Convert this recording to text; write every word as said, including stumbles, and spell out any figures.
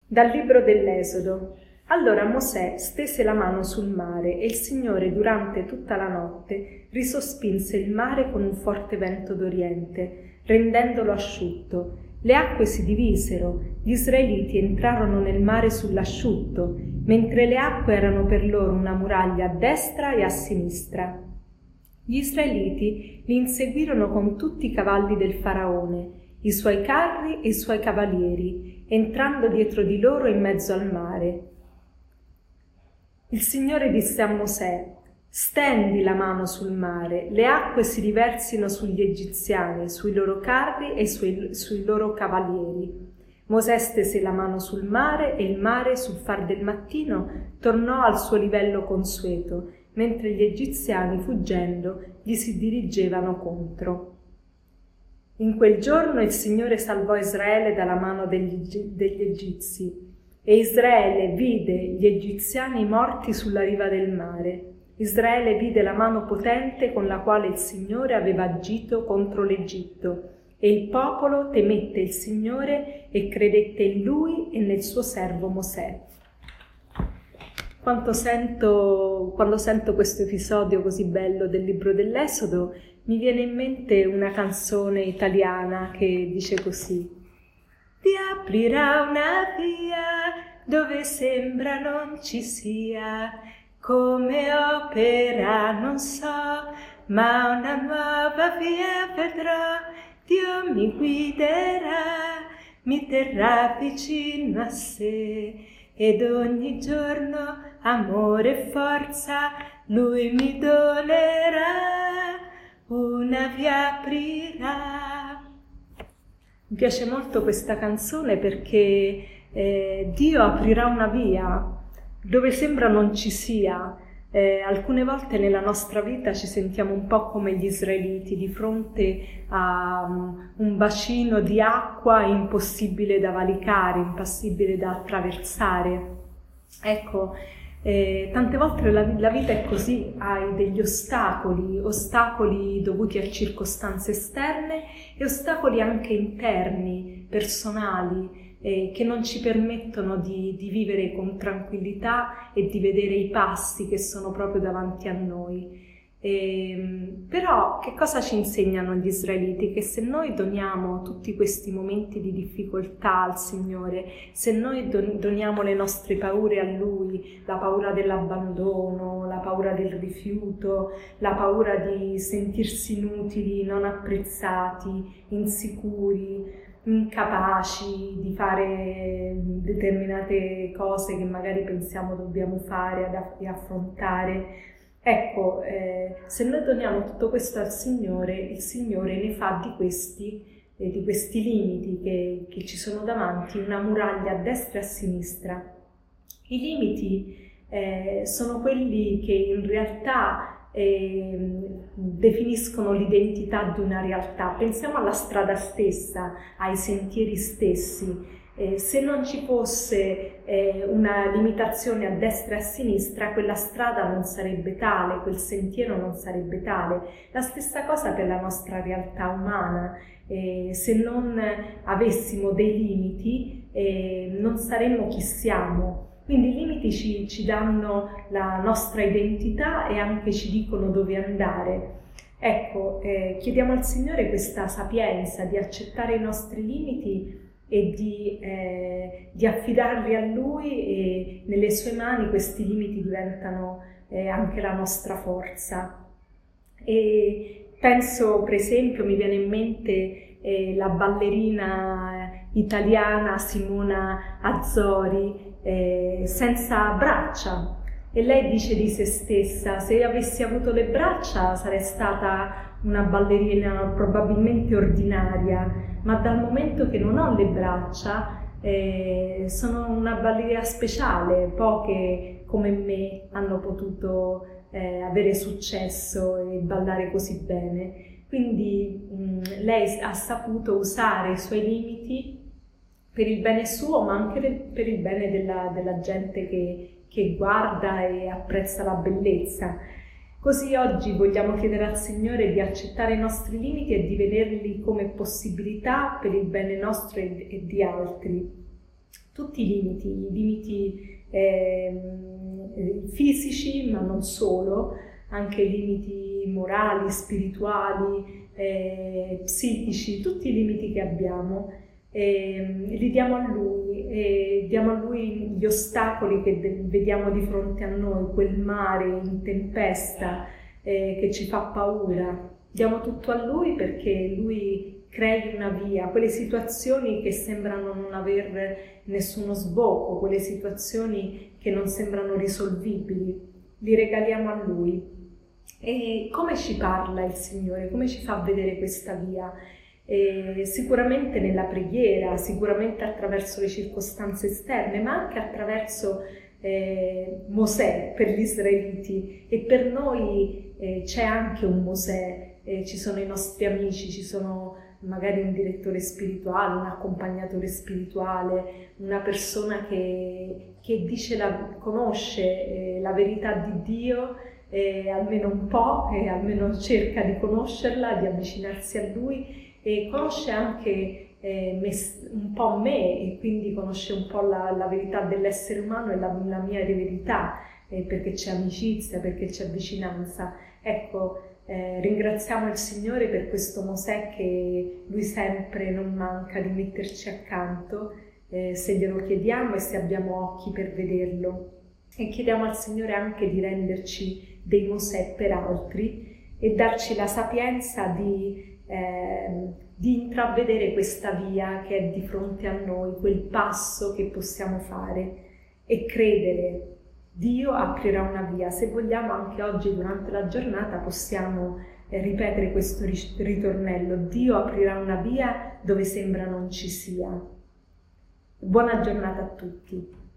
Dal libro dell'Esodo. Allora Mosè stese la mano sul mare e il Signore durante tutta la notte risospinse il mare con un forte vento d'oriente, rendendolo asciutto. Le acque si divisero, gli israeliti entrarono nel mare sull'asciutto, mentre le acque erano per loro una muraglia a destra e a sinistra. Gli israeliti li inseguirono con tutti i cavalli del faraone, i suoi carri e i suoi cavalieri, entrando dietro di loro in mezzo al mare. Il Signore disse a Mosè: «Stendi la mano sul mare, le acque si riversino sugli egiziani, sui loro carri e sui, sui loro cavalieri». Mosè stese la mano sul mare e il mare, sul far del mattino, tornò al suo livello consueto, mentre gli egiziani, fuggendo, gli si dirigevano contro. In quel giorno il Signore salvò Israele dalla mano degli, degli egizi, e Israele vide gli egiziani morti sulla riva del mare. Israele vide la mano potente con la quale il Signore aveva agito contro l'Egitto, e il popolo temette il Signore e credette in Lui e nel suo servo Mosè. Quando sento, quando sento questo episodio così bello del libro dell'Esodo, mi viene in mente una canzone italiana che dice così: «Ti aprirà una via dove sembra non ci sia, come opera non so, ma una nuova via vedrò, Dio mi guiderà, mi terrà vicino a sé, ed ogni giorno amore e forza Lui mi donerà, una via aprirà». Mi piace molto questa canzone perché eh, Dio aprirà una via dove sembra non ci sia. Eh, alcune volte nella nostra vita ci sentiamo un po' come gli israeliti di fronte a um, un bacino di acqua impossibile da valicare, impossibile da attraversare. Ecco, eh, tante volte la, la vita è così, hai degli ostacoli, ostacoli dovuti a circostanze esterne e ostacoli anche interni, personali, Eh, che non ci permettono di, di vivere con tranquillità e di vedere i passi che sono proprio davanti a noi. E, però che cosa ci insegnano gli israeliti? Che se noi doniamo tutti questi momenti di difficoltà al Signore, se noi don, doniamo le nostre paure a Lui, la paura dell'abbandono, la paura del rifiuto, la paura di sentirsi inutili, non apprezzati, insicuri, incapaci di fare determinate cose che magari pensiamo dobbiamo fare e affrontare. Ecco, eh, se noi doniamo tutto questo al Signore, il Signore ne fa di questi, eh, di questi limiti che, che ci sono davanti una muraglia a destra e a sinistra. I limiti eh, sono quelli che in realtà Eh, definiscono l'identità di una realtà. Pensiamo alla strada stessa, ai sentieri stessi. Eh, se non ci fosse eh, una limitazione a destra e a sinistra, quella strada non sarebbe tale, quel sentiero non sarebbe tale. La stessa cosa per la nostra realtà umana. Eh, se non avessimo dei limiti, eh, non saremmo chi siamo. Quindi i limiti ci, ci danno la nostra identità e anche ci dicono dove andare. Ecco, eh, chiediamo al Signore questa sapienza di accettare i nostri limiti e di, eh, di affidarli a Lui, e nelle sue mani questi limiti diventano eh, anche la nostra forza. E penso, per esempio, mi viene in mente eh, la ballerina italiana Simona Azzori, Eh, senza braccia, e lei dice di se stessa: se avessi avuto le braccia sarei stata una ballerina probabilmente ordinaria, ma dal momento che non ho le braccia eh, sono una ballerina speciale. Poche come me hanno potuto eh, avere successo e ballare così bene. Quindi mh, lei ha saputo usare i suoi limiti per il bene suo, ma anche per il bene della, della gente che, che guarda e apprezza la bellezza. Così oggi vogliamo chiedere al Signore di accettare i nostri limiti e di vederli come possibilità per il bene nostro e, e di altri. tutti i limiti, i limiti eh, fisici, ma non solo, anche i limiti morali, spirituali, eh, psichici, tutti i limiti che abbiamo. E li diamo a Lui, e diamo a Lui gli ostacoli che vediamo di fronte a noi, quel mare in tempesta eh, che ci fa paura. Diamo tutto a Lui perché Lui crei una via, quelle situazioni che sembrano non aver nessuno sbocco, quelle situazioni che non sembrano risolvibili, li regaliamo a Lui. E come ci parla il Signore? Come ci fa vedere questa via? Eh, sicuramente nella preghiera, sicuramente attraverso le circostanze esterne, ma anche attraverso eh, Mosè per gli israeliti, e per noi eh, c'è anche un Mosè, eh, ci sono i nostri amici, ci sono magari un direttore spirituale, un accompagnatore spirituale, una persona che, che dice la, conosce eh, la verità di Dio, eh, almeno un po', e almeno cerca di conoscerla, di avvicinarsi a Lui, e conosce anche eh, me, un po' me, e quindi conosce un po' la, la verità dell'essere umano e la, la mia verità, eh, perché c'è amicizia, perché c'è vicinanza. Ecco, eh, ringraziamo il Signore per questo Mosè, che Lui sempre non manca di metterci accanto, eh, se glielo chiediamo e se abbiamo occhi per vederlo. E chiediamo al Signore anche di renderci dei Mosè per altri e darci la sapienza di Eh, di intravedere questa via che è di fronte a noi, quel passo che possiamo fare e credere. Dio aprirà una via. Se vogliamo, anche oggi durante la giornata possiamo eh, ripetere questo ritornello: Dio aprirà una via dove sembra non ci sia. Buona giornata a tutti.